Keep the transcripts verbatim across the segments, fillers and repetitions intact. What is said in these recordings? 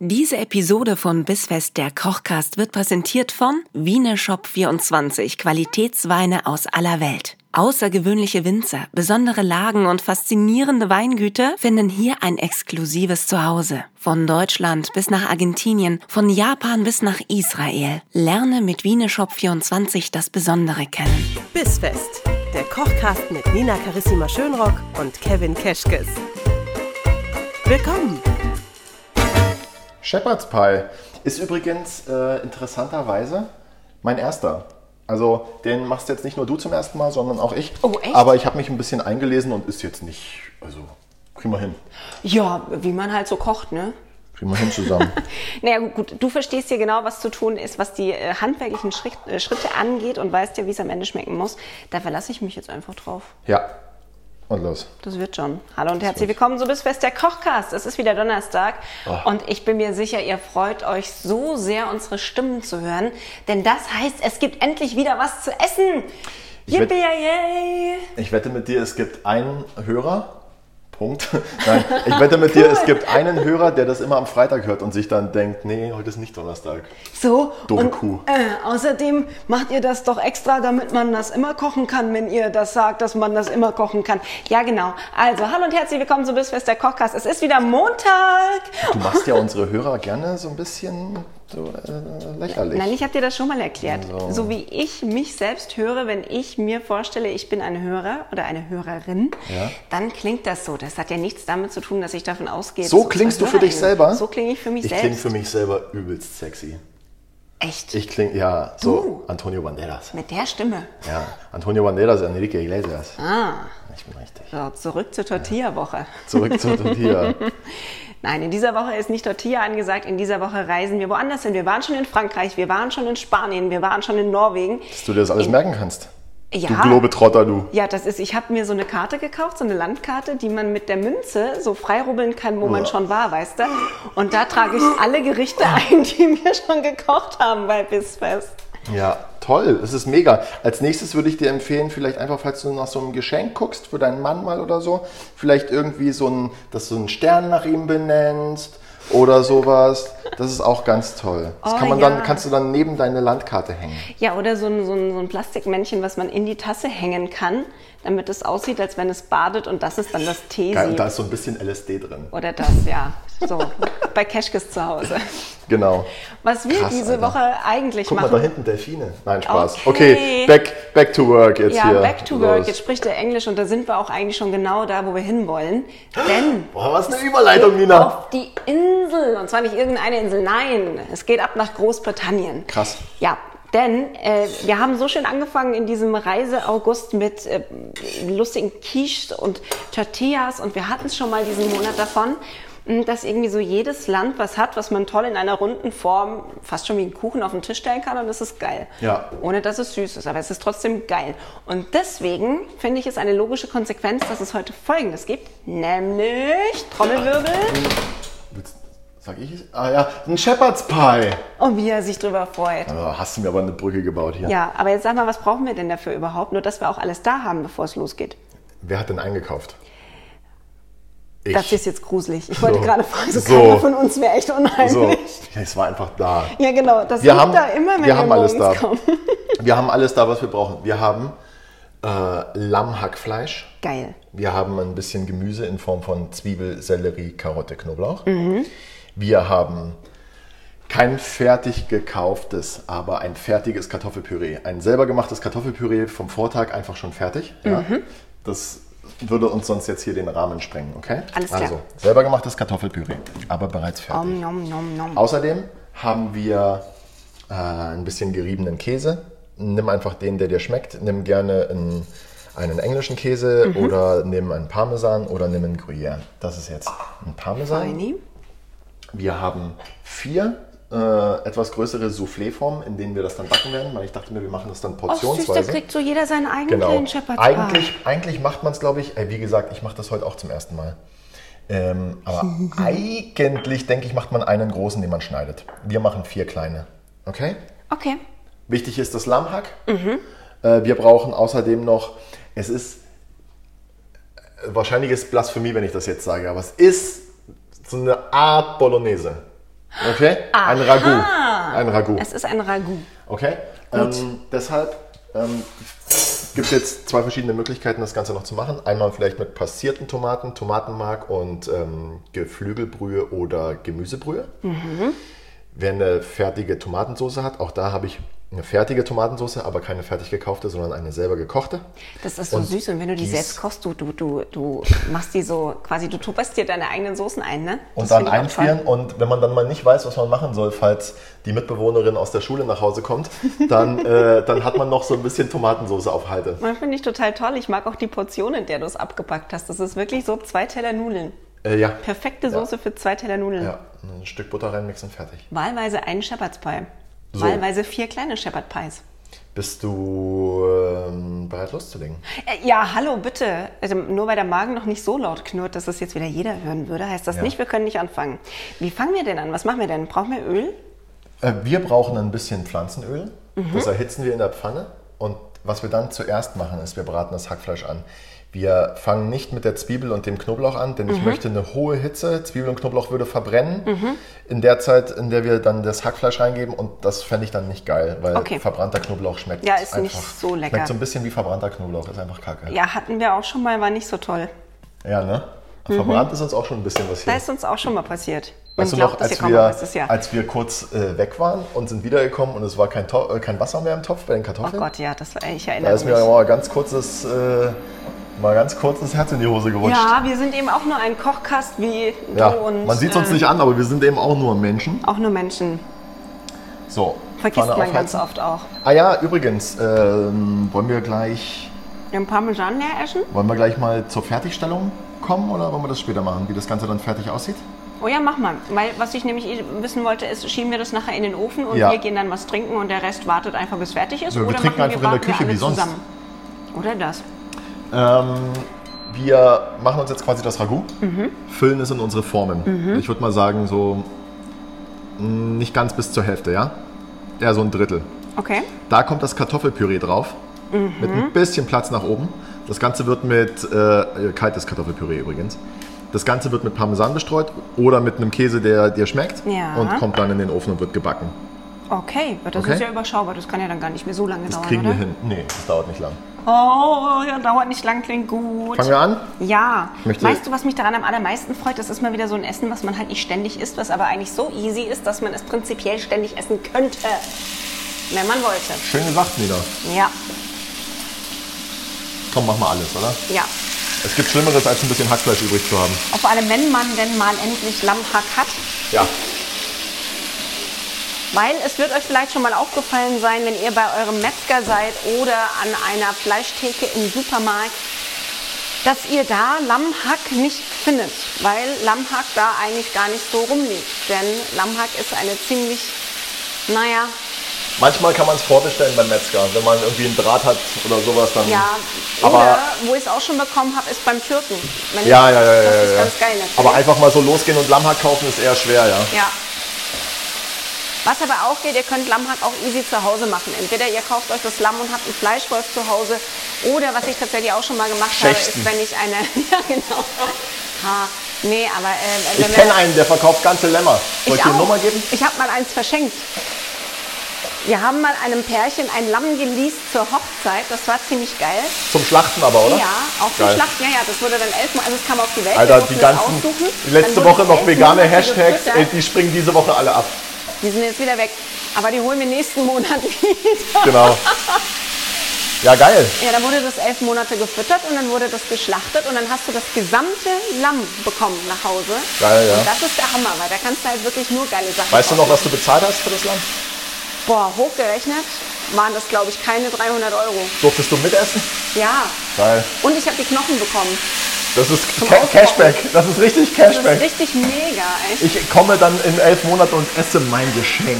Diese Episode von Bissfest, der Kochcast, wird präsentiert von Wieneshop vierundzwanzig, Qualitätsweine aus aller Welt. Außergewöhnliche Winzer, besondere Lagen und faszinierende Weingüter finden hier ein exklusives Zuhause. Von Deutschland bis nach Argentinien, von Japan bis nach Israel. Lerne mit Wieneshop vierundzwanzig das Besondere kennen. Bissfest, der Kochcast mit Nina Carissima Schönrock und Kevin Keschkes. Willkommen! Shepherd's Pie ist übrigens äh, interessanterweise mein erster. Also den machst jetzt nicht nur du zum ersten Mal, sondern auch ich. Oh, echt? Aber ich habe mich ein bisschen eingelesen und ist jetzt nicht, also kriegen wir hin. Ja, wie man halt so kocht, ne? Kriegen wir hin zusammen. Naja, gut, du verstehst ja genau, was zu tun ist, was die äh, handwerklichen Schritt, äh, Schritte angeht und weißt ja, wie es am Ende schmecken muss. Da verlasse ich mich jetzt einfach drauf. Ja, und los. Das wird schon. Hallo und herzlich willkommen zu Bissfest, der Kochcast. Es ist wieder Donnerstag Oh. und ich bin mir sicher, ihr freut euch so sehr, unsere Stimmen zu hören. Denn das heißt, es gibt endlich wieder was zu essen. Ich wett- Yippie-yay! Ich wette mit dir, es gibt einen Hörer. Punkt. Nein, ich wette mit dir, es gibt einen Hörer, der das immer am Freitag hört und sich dann denkt, nee, heute ist nicht Donnerstag. So, Doofe und Kuh. Äh, außerdem macht ihr das doch extra, damit man das immer kochen kann, wenn ihr das sagt, dass man das immer kochen kann. Ja, genau. Also, hallo und herzlich willkommen zu Bissfest, der Kochcast. Es ist wieder Montag. Du machst ja unsere Hörer gerne so ein bisschen so, äh, lächerlich. Nein, ich habe dir das schon mal erklärt. So. So wie ich mich selbst höre, wenn ich mir vorstelle, ich bin ein Hörer oder eine Hörerin, Ja. dann klingt das so. Das hat ja nichts damit zu tun, dass ich davon ausgehe. So dass klingst du unsere für dich HörerInnen- selber? So klinge ich für mich Ich selbst. klinge für mich selber übelst sexy. Echt? Ich klinge, ja, so Du? Antonio Banderas. Mit der Stimme. Ja, Antonio Banderas, Enrique Iglesias. Ah, Ich bin richtig. so, zurück zur Tortilla-Woche. Zurück zu Tortilla. Nein, in dieser Woche ist nicht Tortilla angesagt. In dieser Woche reisen wir woanders hin. Wir waren schon in Frankreich, wir waren schon in Spanien, wir waren schon in Norwegen. Dass du dir das alles merken kannst. Ja. Du Globetrotter, du. Ja, das ist, ich habe mir so eine Karte gekauft, so eine Landkarte, die man mit der Münze so freirubbeln kann, wo man Ja. schon war, weißt du? Und da trage ich alle Gerichte ein, die wir schon gekocht haben bei Bissfest. Ja, toll. Es ist mega. Als nächstes würde ich dir empfehlen, vielleicht einfach, falls du nach so einem Geschenk guckst, für deinen Mann mal oder so, vielleicht irgendwie so ein, dass du einen Stern nach ihm benennst oder sowas. Das ist auch ganz toll. Das Oh, kann man ja. dann, kannst du dann neben deine Landkarte hängen. Ja, oder so ein, so, ein, so ein Plastikmännchen, was man in die Tasse hängen kann, damit es aussieht, als wenn es badet und das ist dann das Geil, und Tesi. da ist so ein bisschen L S D drin. Oder das, ja. So, bei Keschkes zu Hause. Genau. Was wir Krass, diese Alter. Woche eigentlich Guck mal, machen. da hinten Delfine. Nein, Spaß. Okay. Okay, back, back to work jetzt Ja, hier. back to work. Los. Jetzt spricht er Englisch und da sind wir auch eigentlich schon genau da, wo wir hinwollen. Denn Boah, was eine Überleitung, Nina. auf die Insel, und zwar nicht irgendeine Insel, nein, es geht ab nach Großbritannien. Krass. Ja, denn äh, wir haben so schön angefangen in diesem Reise-August mit äh, lustigen Quiches und Tortillas und wir hatten es schon mal diesen Monat davon, mh, dass irgendwie so jedes Land was hat, was man toll in einer runden Form fast schon wie einen Kuchen auf den Tisch stellen kann und das ist geil. Ja. Ohne dass es süß ist, aber es ist trotzdem geil. Und deswegen finde ich es eine logische Konsequenz, dass es heute Folgendes gibt, nämlich Trommelwirbel. Sag ich es? Ah ja, ein Shepherd's Pie. Und wie er sich drüber freut. Oh, hast du mir aber eine Brücke gebaut hier. Ja, aber jetzt sag mal, was brauchen wir denn dafür überhaupt? Nur, dass wir auch alles da haben, bevor es losgeht. Wer hat denn eingekauft? Ich. Das ist jetzt gruselig. Ich wollte So. gerade fragen, so, So. keiner von uns wäre echt unheimlich. So, ja, es war einfach da. Ja, genau. Das Wir liegt haben, da immer, wenn wir wir, haben alles morgens da. kommen. Wir haben alles da, was wir brauchen. Wir haben äh, Lammhackfleisch. Geil. Wir haben ein bisschen Gemüse in Form von Zwiebel, Sellerie, Karotte, Knoblauch. Mhm. Wir haben kein fertig gekauftes, aber ein fertiges Kartoffelpüree. Ein selber gemachtes Kartoffelpüree vom Vortag, einfach schon fertig. Ja? Mhm. Das würde uns sonst jetzt hier den Rahmen sprengen, okay? Alles klar. Also, selber gemachtes Kartoffelpüree, aber bereits fertig. Om, nom, nom, nom. Außerdem haben wir äh, ein bisschen geriebenen Käse. Nimm einfach den, der dir schmeckt. Nimm gerne einen, einen englischen Käse Mhm. oder nimm einen Parmesan oder nimm einen Gruyère. Das ist jetzt ein Parmesan. Feini. Wir haben vier äh, etwas größere Soufflé-Formen, in denen wir das dann backen werden, weil ich dachte mir, wir machen das dann Oh, süß, da portionsweise. kriegt so jeder seinen eigenen Genau. kleinen Shepherd's Pie. Eigentlich, eigentlich macht man es, glaube ich, ey, wie gesagt, ich mache das heute auch zum ersten Mal. Ähm, aber eigentlich, denke ich, macht man einen großen, den man schneidet. Wir machen vier kleine. Okay? Okay. Wichtig ist das Lammhack. Äh, wir brauchen außerdem noch, es ist, wahrscheinlich ist Blasphemie, wenn ich das jetzt sage, aber es ist so eine Art Bolognese. Okay? Ein Ragout. Aha. Ein Ragout. Es ist ein Ragout. Okay? Ähm, deshalb ähm, gibt es jetzt zwei verschiedene Möglichkeiten, das Ganze noch zu machen. Einmal vielleicht mit passierten Tomaten, Tomatenmark und ähm, Geflügelbrühe oder Gemüsebrühe. Mhm. Wer eine fertige Tomatensauce hat, auch da habe ich eine fertige Tomatensauce, aber keine fertig gekaufte, sondern eine selber gekochte. Das ist so und süß. Und wenn du die dies, selbst kochst, du, du, du, du machst die so quasi, du tupperst dir deine eigenen Soßen ein, ne? Und dann einfrieren. Und wenn man dann mal nicht weiß, was man machen soll, falls die Mitbewohnerin aus der Schule nach Hause kommt, dann, äh, dann hat man noch so ein bisschen Tomatensauce auf Halde. Das finde ich total toll. Ich mag auch die Portion, in der du es abgepackt hast. Das ist wirklich so zwei Teller Nudeln. Äh, ja. Perfekte Soße ja. für zwei Teller Nudeln. Ja, ein Stück Butter reinmixen, fertig. Wahlweise einen Shepherd's Pie. So. Wahlweise vier kleine Shepherd's Pies. Bist du ähm, bereit loszulegen? Äh, ja, hallo, bitte. Also, nur weil der Magen noch nicht so laut knurrt, dass es jetzt wieder jeder hören würde, heißt das ja. nicht, wir können nicht anfangen. Wie fangen wir denn an? Was machen wir denn? Brauchen wir Öl? Äh, wir brauchen ein bisschen Pflanzenöl. Mhm. Das erhitzen wir in der Pfanne. Und was wir dann zuerst machen, ist, wir braten das Hackfleisch an. Wir fangen nicht mit der Zwiebel und dem Knoblauch an, denn mhm. ich möchte eine hohe Hitze. Zwiebel und Knoblauch würde verbrennen. Mhm. In der Zeit, in der wir dann das Hackfleisch reingeben. Und das fände ich dann nicht geil, weil okay. verbrannter Knoblauch schmeckt ja, ist einfach, nicht so lecker. Schmeckt so ein bisschen wie verbrannter Knoblauch, ist einfach kacke. Ja, hatten wir auch schon mal, war nicht so toll. Ja, ne? Verbrannt mhm. ist uns auch schon ein bisschen was hier. Da ist uns auch schon mal passiert. Weißt du noch, als wir, als wir kurz äh, weg waren und sind wiedergekommen und es war kein, to- äh, kein Wasser mehr im Topf bei den Kartoffeln? Oh Gott, ja, das war, ich erinnere mich. Da ist mir mal ganz kurzes... Äh, Mal ganz kurz das Herz in die Hose gerutscht. Ja, wir sind eben auch nur ein Kochkast wie ja, du und... Man sieht es uns äh, nicht an, aber wir sind eben auch nur Menschen. Auch nur Menschen. So, vergisst man aufheizen. Ganz oft auch. Ah ja, übrigens, ähm, wollen wir gleich... Den Parmesan leer essen? Wollen wir gleich mal zur Fertigstellung kommen oder wollen wir das später machen, wie das Ganze dann fertig aussieht? Oh ja, mach mal. Weil was ich nämlich wissen wollte, ist, schieben wir das nachher in den Ofen und ja. wir gehen dann was trinken und der Rest wartet einfach, bis fertig ist? Ja, wir oder trinken einfach wir, in der Küche wie sonst. Zusammen? Oder das? Ähm, wir machen uns jetzt quasi das Ragout, mhm. füllen es in unsere Formen. Mhm. Ich würde mal sagen, so nicht ganz bis zur Hälfte, ja? Eher so ein Drittel. Okay. Da kommt das Kartoffelpüree drauf, mhm. mit ein bisschen Platz nach oben. Das Ganze wird mit, äh, kaltes Kartoffelpüree übrigens, das Ganze wird mit Parmesan bestreut oder mit einem Käse, der dir schmeckt ja. und kommt dann in den Ofen und wird gebacken. Okay, das okay. ist ja überschaubar, das kann ja dann gar nicht mehr so lange das dauern, kriegen oder? wir hin. Nee, das dauert nicht lang. Oh, ja, dauert nicht lang, klingt gut. Fangen wir an? Ja. Weißt du, was mich daran am allermeisten freut? Das ist mal wieder so ein Essen, was man halt nicht ständig isst, was aber eigentlich so easy ist, dass man es prinzipiell ständig essen könnte, wenn man wollte. Schön gesagt, Nina. Ja. Komm, mach mal alles, oder? Ja. Es gibt Schlimmeres, als ein bisschen Hackfleisch übrig zu haben. Vor allem, wenn man denn mal endlich Lammhack hat. Ja. Weil es wird euch vielleicht schon mal aufgefallen sein, wenn ihr bei eurem Metzger seid oder an einer Fleischtheke im Supermarkt, dass ihr da Lammhack nicht findet, weil Lammhack da eigentlich gar nicht so rumliegt. Denn Lammhack ist eine ziemlich, naja... Manchmal kann man es vorbestellen beim Metzger, wenn man irgendwie einen Draht hat oder sowas. Dann ja, aber oder wo ich es auch schon bekommen habe, ist beim Türken. Wenn ja, ja, ja, das ja, ist ja. ganz geil natürlich. Aber einfach mal so losgehen und Lammhack kaufen ist eher schwer, ja. Ja. Was aber auch geht, ihr könnt Lammhack auch easy zu Hause machen. Entweder ihr kauft euch das Lamm und habt einen Fleischwolf zu Hause, oder was ich tatsächlich auch schon mal gemacht Schächten. habe, ist, wenn ich eine... ja, genau. Ha, nee, aber... Äh, ich kenne einen, der verkauft ganze Lämmer. Soll ich dir eine Nummer geben? Ich habe mal eins verschenkt. Wir haben mal einem Pärchen ein Lamm geleast zur Hochzeit. Das war ziemlich geil. Zum Schlachten aber, oder? Ja, auch zum geil. Schlachten. Ja, ja, das wurde dann elfmal, also es kam auf die Welt. Alter, die ganzen, letzte Woche noch vegane Hashtags, ey, die springen diese Woche alle ab. Die sind jetzt wieder weg. Aber die holen wir nächsten Monat wieder. Genau. Ja, geil. Ja, da wurde das elf Monate gefüttert und dann wurde das geschlachtet und dann hast du das gesamte Lamm bekommen nach Hause. Geil, ja. Und das ist der Hammer, weil da kannst du halt wirklich nur geile Sachen Weißt du noch, was aussuchen. du bezahlt hast für das Lamm? Boah, hochgerechnet waren das, glaube ich, keine dreihundert Euro. Durftest du mitessen? Ja. Geil. Und ich habe die Knochen bekommen. Das ist Ca- Cashback. Das ist richtig Cashback. Das ist richtig mega, echt. Ich komme dann in elf Monaten und esse mein Geschenk.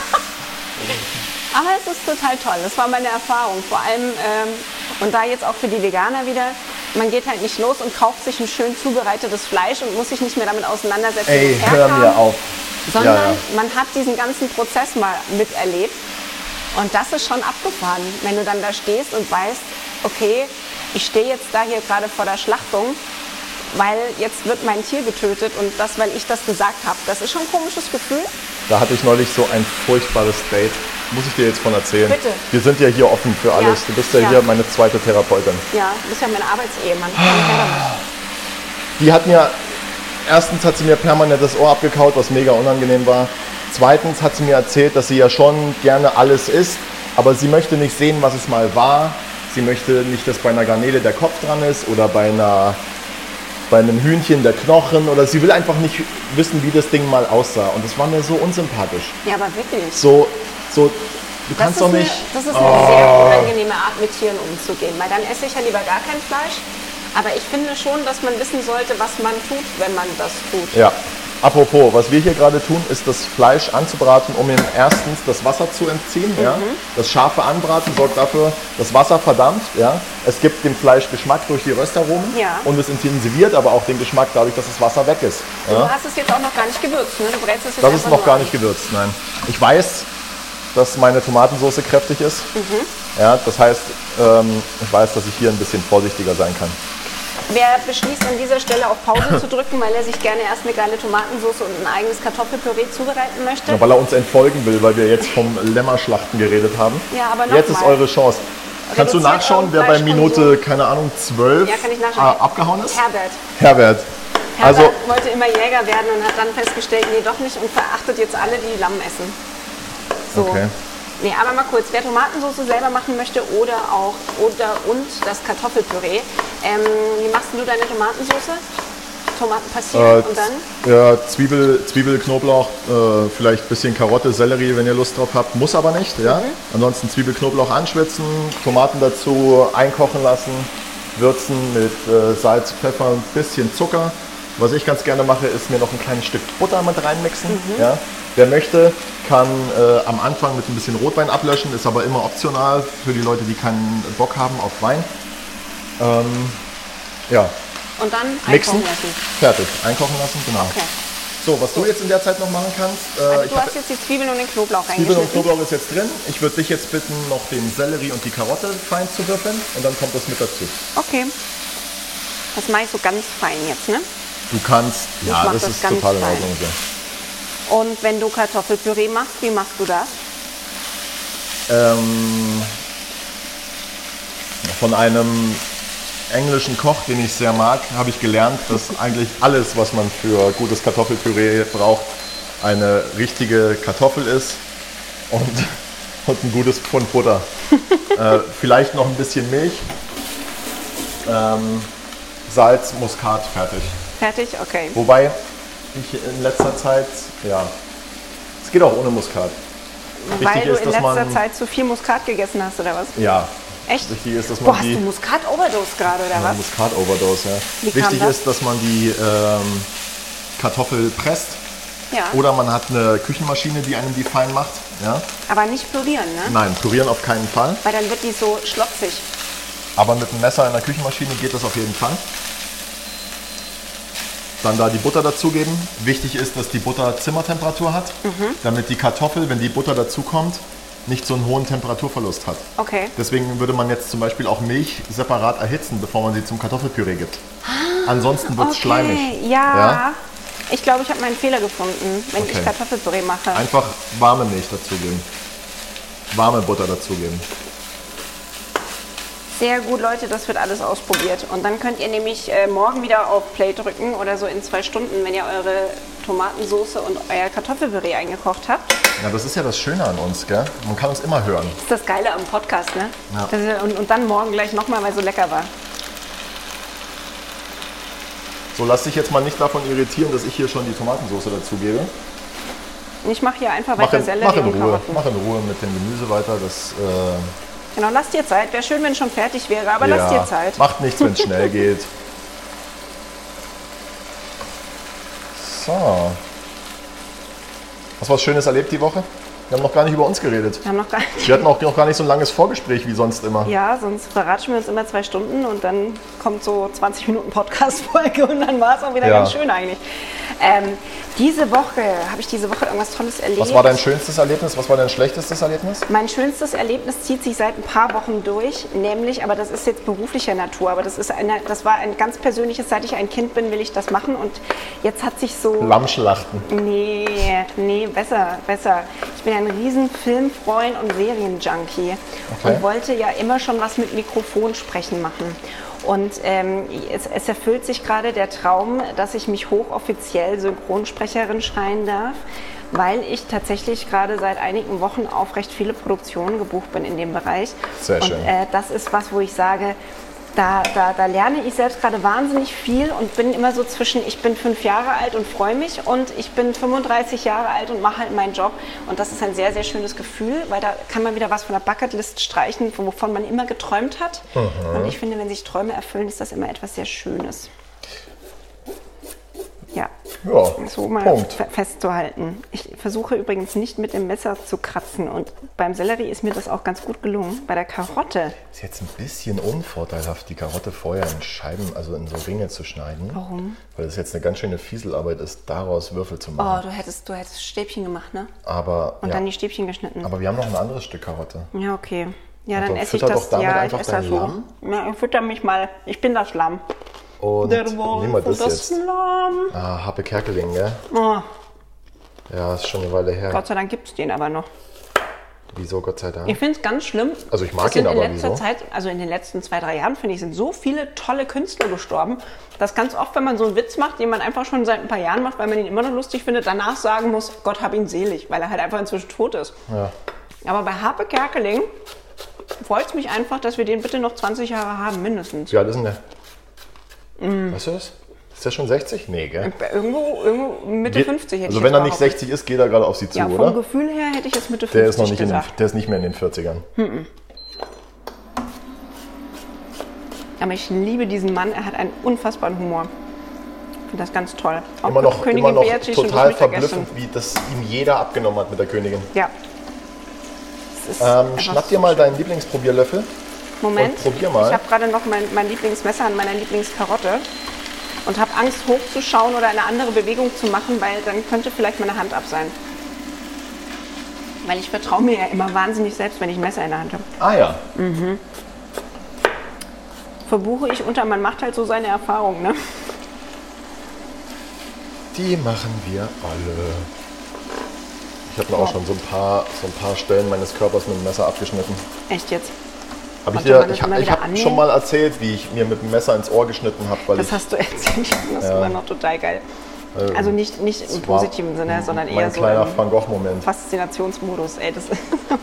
Aber es ist total toll. Das war meine Erfahrung. Vor allem, ähm, und da jetzt auch für die Veganer wieder, man geht halt nicht los und kauft sich ein schön zubereitetes Fleisch und muss sich nicht mehr damit auseinandersetzen. Ey, hör mir auf. Sondern ja, ja. man hat diesen ganzen Prozess mal miterlebt. Und das ist schon abgefahren, wenn du dann da stehst und weißt, okay, ich stehe jetzt da hier gerade vor der Schlachtung weil jetzt wird mein Tier getötet und das, weil ich das gesagt habe. Das ist schon ein komisches Gefühl. Da hatte ich neulich so ein furchtbares Date. Muss ich dir jetzt von erzählen? Bitte. Wir sind ja hier offen für alles. Ja. Du bist ja, Ja. hier meine zweite Therapeutin. Ja, du bist ja mein Arbeitsehemann. Komm her damit. Die hat mir, erstens hat sie mir permanent das Ohr abgekaut, was mega unangenehm war. Zweitens hat sie mir erzählt, dass sie ja schon gerne alles isst, aber sie möchte nicht sehen, was es mal war. Sie möchte nicht, dass bei einer Garnele der Kopf dran ist oder bei einer bei einem Hühnchen der Knochen oder sie will einfach nicht wissen, wie das Ding mal aussah. Und das war mir so unsympathisch. Ja, aber wirklich. So, so, du Das kannst ist, doch eine, nicht. das ist eine sehr unangenehme Art, mit Tieren umzugehen. Weil dann esse ich ja lieber gar kein Fleisch. Aber ich finde schon, dass man wissen sollte, was man tut, wenn man das tut. Ja. Apropos, was wir hier gerade tun, ist das Fleisch anzubraten, um ihm erstens das Wasser zu entziehen. Ja? Das scharfe Anbraten sorgt dafür, das Wasser verdampft. Ja? Es gibt dem Fleisch Geschmack durch die Röstaromen Ja. und es intensiviert aber auch den Geschmack dadurch, dass das Wasser weg ist. Du Ja? hast es jetzt auch noch gar nicht gewürzt, ne? Du brätst es jetzt Das ist einfach noch gar nur nicht gewürzt, nein. Ich weiß, dass meine Tomatensauce kräftig ist. Ja, das heißt, ähm, ich weiß, dass ich hier ein bisschen vorsichtiger sein kann. Wer beschließt an dieser Stelle auf Pause zu drücken, weil er sich gerne erst eine geile Tomatensauce und ein eigenes Kartoffelpüree zubereiten möchte? Ja, weil er uns entfolgen will, weil wir jetzt vom Lämmerschlachten geredet haben. Ja, aber noch Jetzt ist mal. eure Chance. Kannst du Reduziert nachschauen, euren wer bei Fleischkonsum. Minute, keine Ahnung, zwölf Ja, kann ich nachschauen. abgehauen ist? Herbert. Herbert. Herbert Also, wollte immer Jäger werden und hat dann festgestellt, nee, doch nicht und verachtet jetzt alle, die Lamm essen. So. okay. Nee, aber mal kurz, wer Tomatensauce selber machen möchte oder auch oder und das Kartoffelpüree, ähm, wie machst du deine Tomatensauce? Tomaten passieren Äh, und dann? Ja, Zwiebel, Zwiebel, Knoblauch, äh, vielleicht ein bisschen Karotte, Sellerie, wenn ihr Lust drauf habt. Muss aber nicht. Ja? Mhm. Ansonsten Zwiebel, Knoblauch anschwitzen, Tomaten dazu einkochen lassen, würzen mit äh, Salz, Pfeffer, ein bisschen Zucker. Was ich ganz gerne mache, ist mir noch ein kleines Stück Butter mit reinmixen. Mhm. Ja? Wer möchte, kann äh, am Anfang mit ein bisschen Rotwein ablöschen, ist aber immer optional für die Leute, die keinen Bock haben auf Wein. Ähm, ja, Und dann mixen, einkochen lassen. fertig, einkochen lassen, genau. Okay. So, was du jetzt in der Zeit noch machen kannst, äh, Also ich du hab- hast jetzt die Zwiebeln und den Knoblauch Zwiebeln und reingeschnitten. Knoblauch ist jetzt drin. Ich würde dich jetzt bitten, noch den Sellerie und die Karotte fein zu würfeln und dann kommt das mit dazu. Okay. Das mache ich so ganz fein jetzt, ne? Du kannst, Ich ja, mach das das ist ganz total in fein. Ordnung so. Und wenn du Kartoffelpüree machst, wie machst du das? Ähm, von einem englischen Koch, den ich sehr mag, habe ich gelernt, dass eigentlich alles, was man für gutes Kartoffelpüree braucht, eine richtige Kartoffel ist und, und ein gutes Pfund Butter. äh, vielleicht noch ein bisschen Milch, ähm, Salz, Muskat, fertig. Fertig? Okay. Wobei ich in letzter Zeit, ja, es geht auch ohne Muskat. Weil Wichtig du ist, in dass letzter man, Zeit zu viel Muskat gegessen hast, oder was? ja, Echt? wichtig ist, dass man Boah, hast die du Muskat-Overdose gerade, oder was? Muskat-Overdose, ja. Wie kam Wichtig das? ist, dass man die ähm, Kartoffel presst Ja. oder man hat eine Küchenmaschine, die einem die fein macht. Ja? Aber nicht pürieren, ne? Nein, pürieren auf keinen Fall, Weil dann wird die so schlotzig. aber mit einem Messer in der Küchenmaschine geht das auf jeden Fall. Dann da die Butter dazugeben. Wichtig ist, dass die Butter Zimmertemperatur hat, Mhm. damit die Kartoffel, wenn die Butter dazukommt, nicht so einen hohen Temperaturverlust hat. Okay. Deswegen würde man jetzt zum Beispiel auch Milch separat erhitzen, bevor man sie zum Kartoffelpüree gibt. Ansonsten wird es Okay, schleimig. ja. Ja? Ich glaube, ich habe meinen Fehler gefunden, wenn Okay. ich Kartoffelpüree mache. Einfach warme Milch dazugeben. Warme Butter dazugeben. Sehr gut, Leute, das wird alles ausprobiert. Und dann könnt ihr nämlich äh, morgen wieder auf Play drücken oder so in zwei Stunden, wenn ihr eure Tomatensauce und euer Kartoffelpüree eingekocht habt. Ja, das ist ja das Schöne an uns, gell? Man kann uns immer hören. Das ist das Geile am Podcast, ne? Ja. Das ist, und, und dann morgen gleich nochmal, weil es so lecker war. So, lass dich jetzt mal nicht davon irritieren, dass ich hier schon die Tomatensauce dazugebe. Ich mache hier einfach Mach weiter in, Sellerie mach in und Ruhe, Karotten. mach in Ruhe mit dem Gemüse weiter. Das, äh, Genau, lasst dir Zeit. Wäre schön, wenn es schon fertig wäre, aber lasst ja, dir Zeit. macht nichts, wenn es schnell geht. So. Hast du was Schönes erlebt die Woche? Wir haben noch gar nicht über uns geredet. Wir haben noch gar nicht. Wir hatten auch noch gar nicht so ein langes Vorgespräch wie sonst immer. Ja, sonst verratschen wir uns immer zwei Stunden und dann kommt so zwanzig Minuten Podcast-Folge und dann war es auch wieder Ja. ganz schön eigentlich. Ähm, diese Woche, habe ich diese Woche irgendwas Tolles erlebt? Was war dein schönstes Erlebnis? Was war dein schlechtestes Erlebnis? Mein schönstes Erlebnis zieht sich seit ein paar Wochen durch, nämlich, aber das ist jetzt beruflicher Natur, aber das, ist eine, das war ein ganz persönliches, seit ich ein Kind bin, will ich das machen und jetzt hat sich so... Lammschlachten. Nee, nee, besser, besser. Ich bin ein riesen Filmfreund und Serienjunkie Okay. und wollte ja immer schon was mit Mikrofon sprechen machen. Und ähm, es, es erfüllt sich gerade der Traum, dass ich mich hochoffiziell Synchronsprecherin schreien darf, weil ich tatsächlich gerade seit einigen Wochen auf recht viele Produktionen gebucht bin in dem Bereich. Sehr und schön. Äh, das ist was, wo ich sage, da, da, da lerne ich selbst gerade wahnsinnig viel und bin immer so zwischen, ich bin fünf Jahre alt und freue mich und ich bin fünfunddreißig Jahre alt und mache halt meinen Job. Und das ist ein sehr, sehr schönes Gefühl, weil da kann man wieder was von der Bucketlist streichen, wovon man immer geträumt hat. Mhm. Und ich finde, wenn sich Träume erfüllen, ist das immer etwas sehr Schönes. Ja, Ja, so mal Punkt. fe- festzuhalten. Ich versuche übrigens nicht mit dem Messer zu kratzen und beim Sellerie ist mir das auch ganz gut gelungen. Bei der Karotte, Ist jetzt ein bisschen unvorteilhaft, die Karotte vorher in Scheiben, also in so Ringe zu schneiden. Warum? Weil es jetzt eine ganz schöne Fieselarbeit ist, daraus Würfel zu oh, machen. du hättest, du hättest Stäbchen gemacht, ne? Aber, Und ja. dann die Stäbchen geschnitten. Aber wir haben noch ein anderes Stück Karotte. Ja, okay. Ja, Also dann esse ich fütter das. doch damit Ja, ich einfach esse das dein so. Lamm. Ja, ich fütter mich mal. Ich bin das Lamm. Und Der Wolf nehmen wir und das das jetzt. Lamm. Ah, Happe Kerkeling, gell? Oh, Ja, ist schon eine Weile her. Gott sei Dank gibt es den aber noch. Wieso, Gott sei Dank? Ich finde es ganz schlimm. Also ich mag Es sind ihn aber, in letzter wieso? Zeit, also in den letzten zwei, drei Jahren, finde ich, sind so viele tolle Künstler gestorben, dass ganz oft, wenn man so einen Witz macht, den man einfach schon seit ein paar Jahren macht, weil man ihn immer noch lustig findet, danach sagen muss, Gott hab ihn selig, weil er halt einfach inzwischen tot ist. Ja. Aber bei Harpe Kerkeling freut es mich einfach, dass wir den bitte noch zwanzig Jahre haben, mindestens. Wie alt ist denn der? Mm. Weißt du das? Ist der schon sechzig? Nee, gell? Irgendwo, irgendwo Mitte Geht- fünfzig hätte Also ich wenn jetzt er nicht behauptet. sechzig ist, geht er gerade auf sie zu, Ja, vom oder? Gefühl her hätte ich jetzt Mitte fünfzig Der ist noch nicht in den, gesagt. der ist nicht mehr in den vierzigern. Aber ich liebe diesen Mann, er hat einen unfassbaren Humor. Ich finde das ganz toll. Auch Immer noch, Königin immer noch Beatrice und total das Mittagessen. verblüffend, wie das ihm jeder abgenommen hat mit der Königin. Ja. Es ist Ähm, einfach schnapp so dir mal schön. deinen Lieblingsprobierlöffel. Moment, und probier mal. ich habe gerade noch mein, mein Lieblingsmesser an meiner Lieblingskarotte und habe Angst hochzuschauen oder eine andere Bewegung zu machen, weil dann könnte vielleicht meine Hand ab sein. Weil ich vertraue mir ja immer wahnsinnig selbst, wenn ich ein Messer in der Hand habe. Ah ja. Verbuche ich unter, man macht halt so seine Erfahrungen, ne? Die machen wir alle. Ich habe mir auch schon so ein, paar, so ein paar Stellen meines Körpers mit dem Messer abgeschnitten. Echt jetzt? Hab ich Konnte dir, man das ich habe immer ich wieder hab annehmen? schon mal erzählt, wie ich mir mit dem Messer ins Ohr geschnitten habe, weil Das ich hast du erzählt, das ist immer noch total geil. Also nicht, nicht im das war positiven Sinne, sondern eher mein so kleiner im Van Gogh-Moment. Faszinationsmodus. Ey, das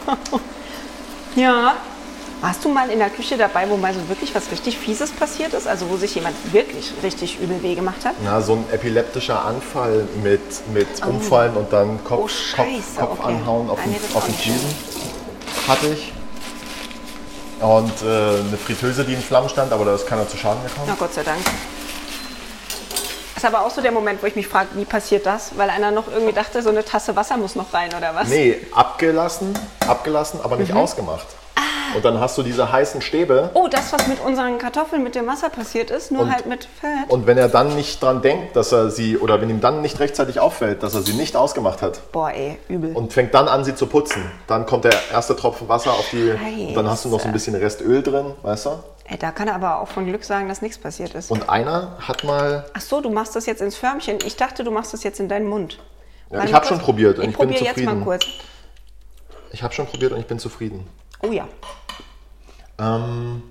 ja. Warst du mal in der Küche dabei, wo mal so wirklich was richtig Fieses passiert ist? Also wo sich jemand wirklich richtig übel weh gemacht hat? Na, so ein epileptischer Anfall mit, mit Umfallen und dann Kopf, Oh, Scheiße, Kopf, Kopf okay. anhauen auf Ah, den, nee, das auf auch den nicht Fliesen hatte ich. Und äh, eine Fritteuse, die in Flammen stand, aber da ist keiner zu Schaden gekommen. Na Gott sei Dank. Ist aber auch so der Moment, wo ich mich frage, wie passiert das? Weil einer noch irgendwie dachte, so eine Tasse Wasser muss noch rein oder was? Nee, abgelassen, abgelassen, aber Mhm. nicht ausgemacht. Und dann hast du diese heißen Stäbe. Oh, das, was mit unseren Kartoffeln mit dem Wasser passiert ist, nur Und- halt mit Fett. Und wenn er dann nicht dran denkt, dass er sie, oder wenn ihm dann nicht rechtzeitig auffällt, dass er sie nicht ausgemacht hat Boah, ey, übel. und fängt dann an, sie zu putzen, dann kommt der erste Tropfen Wasser auf die, Scheiße. und dann hast du noch so ein bisschen Restöl drin, weißt du? Ey, da kann er aber auch von Glück sagen, dass nichts passiert ist. Und einer hat mal, Ach so, du machst das jetzt ins Förmchen. Ich dachte, du machst das jetzt in deinen Mund. ja, Warte ich mal habe schon kurz. probiert und Ich ich bin probiere jetzt mal zufrieden. kurz. Ich habe schon probiert und ich bin zufrieden. Oh ja. Ähm,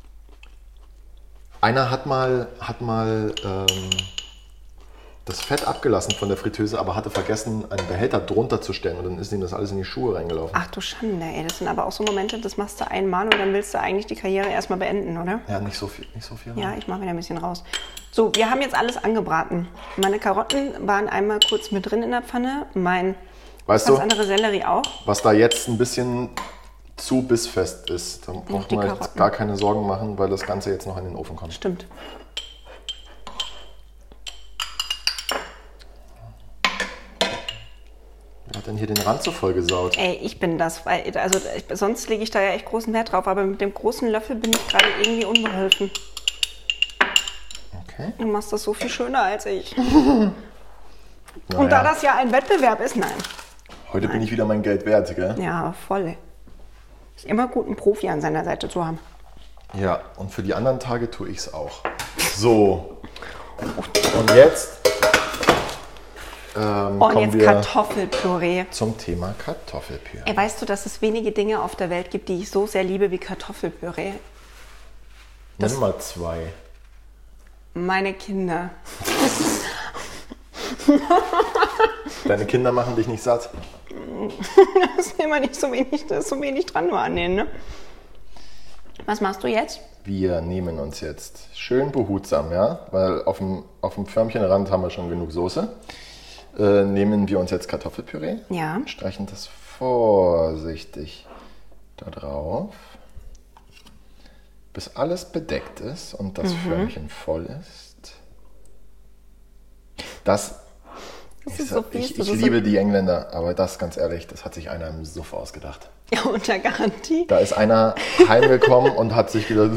einer hat mal, hat mal ähm, das Fett abgelassen von der Fritteuse, aber hatte vergessen, einen Behälter drunter zu stellen und dann ist ihm das alles in die Schuhe reingelaufen. Ach du Schande, ey. Das sind aber auch so Momente, das machst du einmal und dann willst du eigentlich die Karriere erstmal beenden, oder? Ja, nicht so viel. Nicht so viel Ja, ich mache wieder ein bisschen raus. So, wir haben jetzt alles angebraten. Meine Karotten waren einmal kurz mit drin in der Pfanne. Mein Weißt ganz du, andere Sellerie auch. was da jetzt ein bisschen zu bissfest ist, da braucht die man jetzt Karotten. gar keine Sorgen machen, weil das Ganze jetzt noch in den Ofen kommt. Stimmt. Wer hat denn hier den Rand so voll gesaut? Ey, ich bin das. Weil, also ich, sonst lege ich da ja echt großen Wert drauf, aber mit dem großen Löffel bin ich gerade irgendwie unbeholfen. Okay. Du machst das so viel schöner als ich. Und da Naja. das ja ein Wettbewerb ist, nein. Heute bin ich wieder mein Geld wert, gell? Ja, voll. Ist immer gut, einen Profi an seiner Seite zu haben. Ja, und für die anderen Tage tue ich es auch. So. Und jetzt ähm, Und kommen jetzt wir Kartoffelpüree. zum Thema Kartoffelpüree. Ey, weißt du, dass es wenige Dinge auf der Welt gibt, die ich so sehr liebe wie Kartoffelpüree? Nenn mal zwei. Meine Kinder. Deine Kinder machen dich nicht satt. Das ist immer nicht so wenig, da ist so wenig dran war an denen, ne? Was machst du jetzt? Wir nehmen uns jetzt schön behutsam, ja, weil auf dem, auf dem Förmchenrand haben wir schon genug Soße. Äh, nehmen wir uns jetzt Kartoffelpüree, Ja. streichen das vorsichtig da drauf, bis alles bedeckt ist und das Förmchen voll ist. Das, Das ich, ist sag- so fies, ich, das ich ist liebe die Engländer, aber das ganz ehrlich, das hat sich einer im Suff ausgedacht. Ja, unter Garantie. Da ist einer heimgekommen und hat sich gedacht,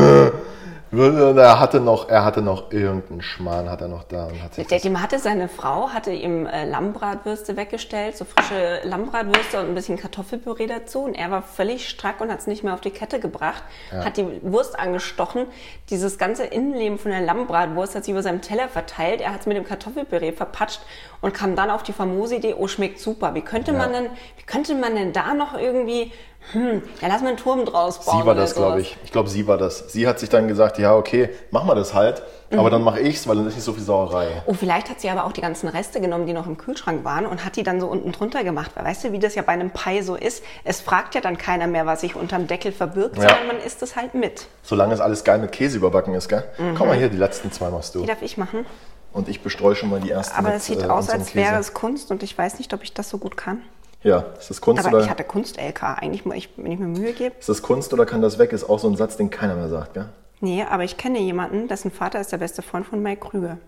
er hatte noch, er hatte noch irgendeinen Schmarrn, hat er noch da und hat sich Der, das, dem hatte seine Frau, hatte ihm äh, Lammbratwürste weggestellt, so frische Lammbratwürste und ein bisschen Kartoffelpüree dazu. Und er war völlig strack und hat es nicht mehr auf die Kette gebracht. Hat die Wurst angestochen. Dieses ganze Innenleben von der Lammbratwurst hat sich über seinem Teller verteilt. Er hat es mit dem Kartoffelpüree verpatscht und kam dann auf die famose Idee, oh, schmeckt super. Wie könnte man denn, wie könnte man denn da noch irgendwie, hm, ja, lass mal einen Turm draus bauen. sie war oder das, glaube sowas. ich. Ich glaube, sie war das. Sie hat sich dann gesagt, ja, okay, machen wir das halt, aber dann mache ich's, weil dann ist nicht so viel Sauerei. Oh, vielleicht hat sie aber auch die ganzen Reste genommen, die noch im Kühlschrank waren und hat die dann so unten drunter gemacht. Weil weißt du, wie das ja bei einem Pie so ist? Es fragt ja dann keiner mehr, was sich unterm Deckel verbirgt, Ja. sondern man isst es halt mit. Solange es alles geil mit Käse überbacken ist, gell? Komm mal hier, die letzten zwei machst du. Die darf ich machen. Und ich bestreue schon mal die erste Aber mit, es sieht äh, aus, unserem als wäre Käse. es Kunst und ich weiß nicht, ob ich das so gut kann. Ja, ist das Kunst Aber oder? ich hatte Kunst-L K. Eigentlich, mal- ich, wenn ich mir Mühe gebe. Ist das Kunst oder kann das weg? Ist auch so ein Satz, den keiner mehr sagt, gell? Nee, aber ich kenne jemanden, dessen Vater ist der beste Freund von Mike Krüger.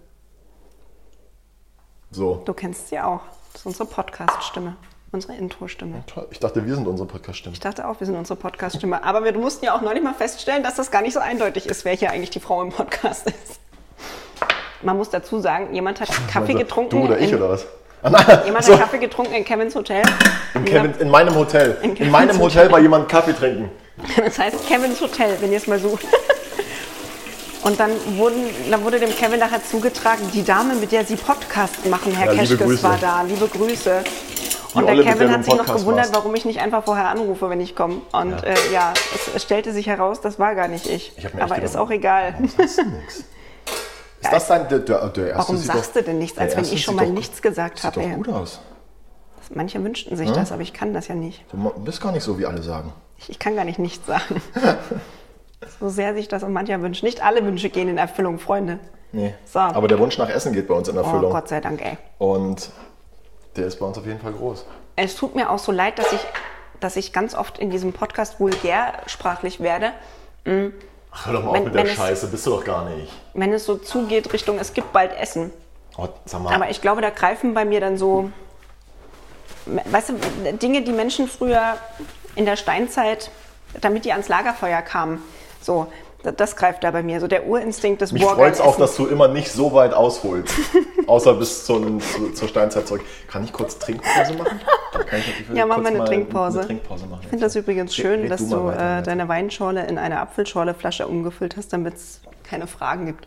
So. Du kennst sie auch. Das ist unsere Podcast-Stimme. Unsere Intro-Stimme. Toll. Ich dachte, wir sind unsere Podcast-Stimme. Ich dachte auch, wir sind unsere Podcast-Stimme. Aber wir mussten ja auch neulich mal feststellen, dass das gar nicht so eindeutig ist, wer hier eigentlich die Frau im Podcast ist. Man muss dazu sagen, jemand hat Kaffee Also, getrunken. Du oder ich in, oder was? Ah, nein, Jemand so, hat Kaffee getrunken in Kevins Hotel. in, Kevin, in meinem Hotel. In In, Kevins meinem Hotel. Hotel war jemand Kaffee trinken. Das heißt Kevins Hotel, wenn ihr es mal sucht. Und dann, wurden, dann wurde dem Kevin nachher zugetragen, die Dame, mit der Sie Podcast machen, Herr Ja, liebe Keschkes, Grüße. war da. Liebe Grüße. Und der Olle, mit der Kevin du hat einen sich noch Podcast gewundert, machst. warum ich nicht einfach vorher anrufe, wenn ich komme. Und ja, äh, ja es, es stellte sich heraus, das war gar nicht ich. Ich hab mir echt Aber ist gedacht, auch egal. Das ist nix. Ist das dein, der, der, der erste Warum sieht sagst doch, du denn nichts, der als wenn erste ich schon sieht mal doch- nichts gesagt Sieht habe? doch ey? gut aus. Manche wünschten sich das, aber ich kann das ja nicht. Du bist gar nicht so, wie alle sagen. Ich, ich kann gar nicht nichts sagen. So sehr sich das und mancher wünscht. Nicht alle Wünsche gehen in Erfüllung, Freunde. Nee. So. Aber der Wunsch nach Essen geht bei uns in Oh Erfüllung. Gott sei Dank, ey. Und der ist bei uns auf jeden Fall groß. Es tut mir auch so leid, dass ich, dass ich ganz oft in diesem Podcast vulgärsprachlich werde, Ach, hör doch mal Wenn- auf mit der wenn es- Scheiße, bist du doch gar nicht. wenn es so zugeht Richtung, es gibt bald Essen. Oh, sag mal, Aber ich glaube, da greifen bei mir dann so, weißt du, Dinge, die Menschen früher in der Steinzeit, damit die ans Lagerfeuer kamen, so, das, das greift da bei mir, so der Urinstinkt des mich freut es auch, Burgern-Essens. dass du immer nicht so weit ausholst. Außer bis zum, zu, zur Steinzeit zurück. Kann ich kurz Trinkpause machen? Kann ich, ich will Ja, mach kurz mal eine Trinkpause. Eine Trinkpause machen. Ich finde das übrigens schön, Red dass du mal du weiter, äh, deine Weinschorle in eine Apfelschorleflasche umgefüllt hast, damit es keine Fragen gibt.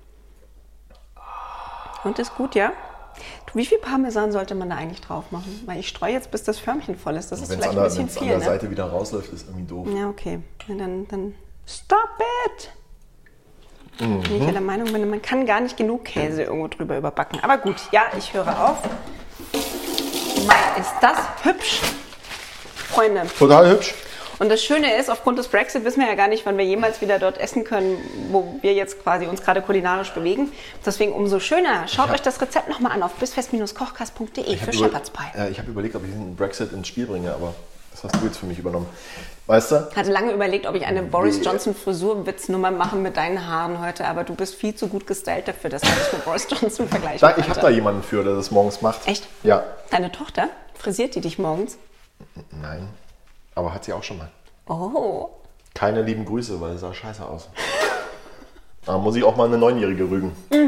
Und ist gut, ja? Du, wie viel Parmesan sollte man da eigentlich drauf machen? Weil ich streue jetzt, bis das Förmchen voll ist. Das ist Wenn es vielleicht an, ein der- bisschen wenn's an viel, der ne? Seite wieder rausläuft, ist irgendwie doof. Ja, okay. Ja, dann, dann stop it! Mhm. Bin ich ja der Meinung, bin, man kann gar nicht genug Käse irgendwo drüber überbacken. Aber gut, ja, ich höre auf. Mei, ist das hübsch, Freunde. Total hübsch. Und das Schöne ist, aufgrund des Brexit wissen wir ja gar nicht, wann wir jemals wieder dort essen können, wo wir jetzt quasi uns gerade kulinarisch bewegen. Deswegen umso schöner. Schaut Ja. euch das Rezept nochmal an auf bisfest kochkast punkt de Ich für habe über, Shepherd's Pie. äh, ich hab überlegt, ob ich den Brexit ins Spiel bringe, aber das hast du jetzt für mich übernommen. Weißt du? Hatte lange überlegt, ob ich eine Boris Johnson Frisurwitznummer mache mit deinen Haaren heute, aber du bist viel zu gut gestylt dafür, dass ich mit Boris Johnson vergleichen Da, ich habe könnte. da jemanden für, der das morgens macht. Echt? Ja. Deine Tochter? Frisiert die dich morgens? Nein. Aber hat sie auch schon mal. Oh. Keine lieben Grüße, weil es sah scheiße aus. Da muss ich auch mal eine Neunjährige rügen.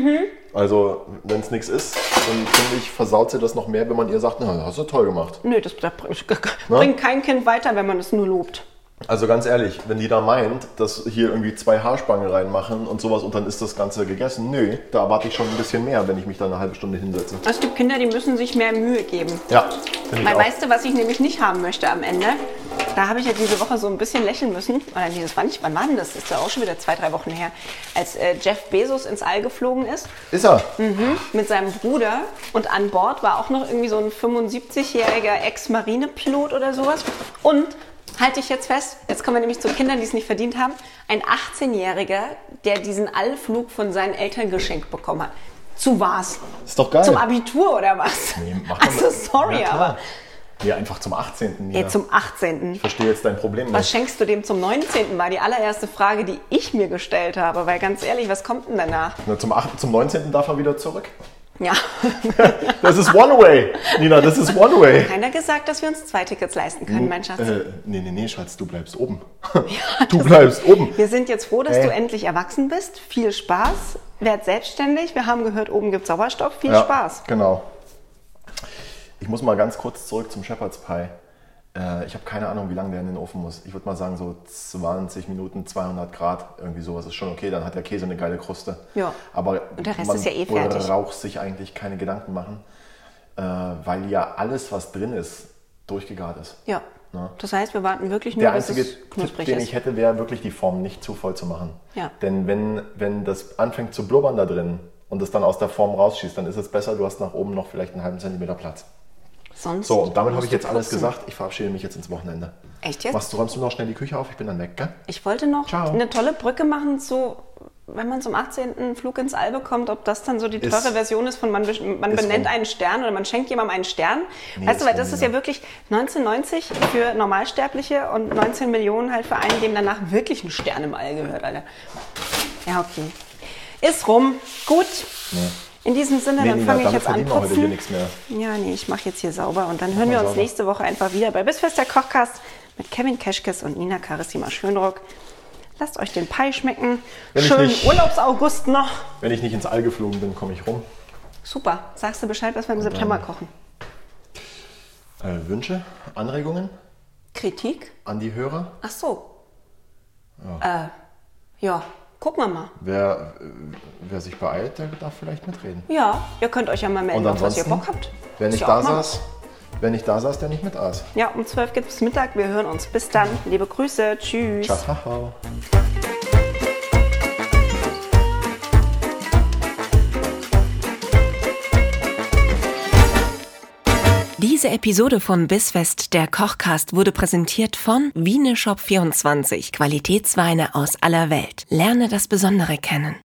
Also, wenn es nichts ist, dann finde ich, versaut sie das noch mehr, wenn man ihr sagt, na, hast du toll gemacht. Nö, das, das bringt kein Kind weiter, wenn man es nur lobt. Also ganz ehrlich, wenn die da meint, dass hier irgendwie zwei Haarspangen reinmachen und sowas und dann ist das Ganze gegessen, nö, da erwarte ich schon ein bisschen mehr, wenn ich mich da eine halbe Stunde hinsetze. Es gibt Kinder, die müssen sich mehr Mühe geben. Ja, finde ich Weil auch. weißt du, was ich nämlich nicht haben möchte am Ende? Da habe ich ja diese Woche so ein bisschen lächeln müssen. Oder nee, das war nicht, wann war denn das? Das ist ja auch schon wieder zwei, drei Wochen her. Als äh, Jeff Bezos ins All geflogen ist. Ist er? Mhm, mit seinem Bruder. Und an Bord war auch noch irgendwie so ein fünfundsiebzigjähriger Ex-Marinepilot oder sowas. Und halte ich jetzt fest, jetzt kommen wir nämlich zu Kindern, die es nicht verdient haben, ein achtzehnjähriger, der diesen Allflug von seinen Eltern geschenkt bekommen hat. Zu was? Ist doch geil. Zum Abitur oder was? Nee, mach also mal- sorry, Ja, klar. aber Ja, einfach zum achtzehnten. ja, Ja. zum achtzehnten Ich verstehe jetzt dein Problem Was nicht. schenkst du dem zum neunzehnten? War die allererste Frage, die ich mir gestellt habe. Weil ganz ehrlich, was kommt denn danach? Na, zum, achten, zum neunzehnten darf er wieder zurück. Ja, Das ist One-Way, Nina, das ist One-Way. keiner gesagt, dass wir uns zwei Tickets leisten können, mein Schatz. Äh, nee, nee, nee, Schatz, du bleibst oben. Du bleibst oben. Wir sind jetzt froh, dass Hey. du endlich erwachsen bist. Viel Spaß. Werd selbstständig. Wir haben gehört, oben gibt es Sauerstoff. Viel Ja, Spaß. Genau. Ich muss mal ganz kurz zurück zum Shepherd's Pie. Äh, ich habe keine Ahnung, wie lange der in den Ofen muss. Ich würde mal sagen, so zwanzig Minuten, zweihundert Grad, irgendwie sowas ist schon okay. Dann hat der Käse eine geile Kruste. Ja. Aber Und der Rest man ist ja eh fertig. braucht sich eigentlich keine Gedanken machen, äh, weil ja alles, was drin ist, durchgegart ist. Ja. Ja. Das heißt, wir warten wirklich nur, Der bis einzige es Tipp, knusprig den ist. ich hätte, wäre wirklich die Form nicht zu voll zu machen. Ja. Denn wenn, wenn das anfängt zu blubbern da drin und es dann aus der Form rausschießt, dann ist es besser, du hast nach oben noch vielleicht einen halben Zentimeter Platz. Sonst So, und damit habe musst ich du jetzt alles putzen. gesagt. Ich verabschiede mich jetzt ins Wochenende. Echt jetzt? Machst du, räumst du noch schnell die Küche auf? Ich bin dann weg, gell? Ich wollte noch Ciao. eine tolle Brücke machen zu, wenn man zum achtzehnten Flug ins All bekommt, ob das dann so die Ist- teure Version ist von man, be- man ist benennt rum. einen Stern oder man schenkt jemandem einen Stern. Nee, weißt du, ist weil rum, das ist ja. ja wirklich neunzehnhundertneunzig für Normalsterbliche und neunzehn Millionen halt für einen, dem danach wirklich ein Stern im All gehört, Alter. Ja, okay. Ist rum. Gut. Nee. In diesem Sinne, Nee, dann Nina, fange ich damit jetzt an verdienen wir heute hier putzen. nichts mehr. Ja, nee, ich mache jetzt hier sauber und dann hören wir mal uns sauber. nächste Woche einfach wieder bei Bissfest der Kochcast mit Kevin Keschkes und Nina Carissima Schönrock. Lasst euch den Pie schmecken. Wenn ich Schönen nicht- Urlaubsaugust noch. Wenn ich nicht ins All geflogen bin, komme ich rum. Super. Sagst du Bescheid, was wir im September kochen? Äh, Wünsche, Anregungen Kritik? an die Hörer? Ach so. Ja. Äh, ja, gucken wir mal. Wer, äh, wer sich beeilt, der darf vielleicht mitreden. Ja, ihr könnt euch ja mal melden, Und auf was ihr ansonsten, Bock habt. Wenn Ist ich ja da auch mal saß, wenn ich da saß, der nicht mit aß. Ja, um zwölf geht es Mittag. Wir hören uns. Bis dann. Liebe Grüße. Tschüss. Ciao. Diese Episode von Bissfest, der Kochcast, wurde präsentiert von Wieneshop vierundzwanzig, Qualitätsweine aus aller Welt. Lerne das Besondere kennen.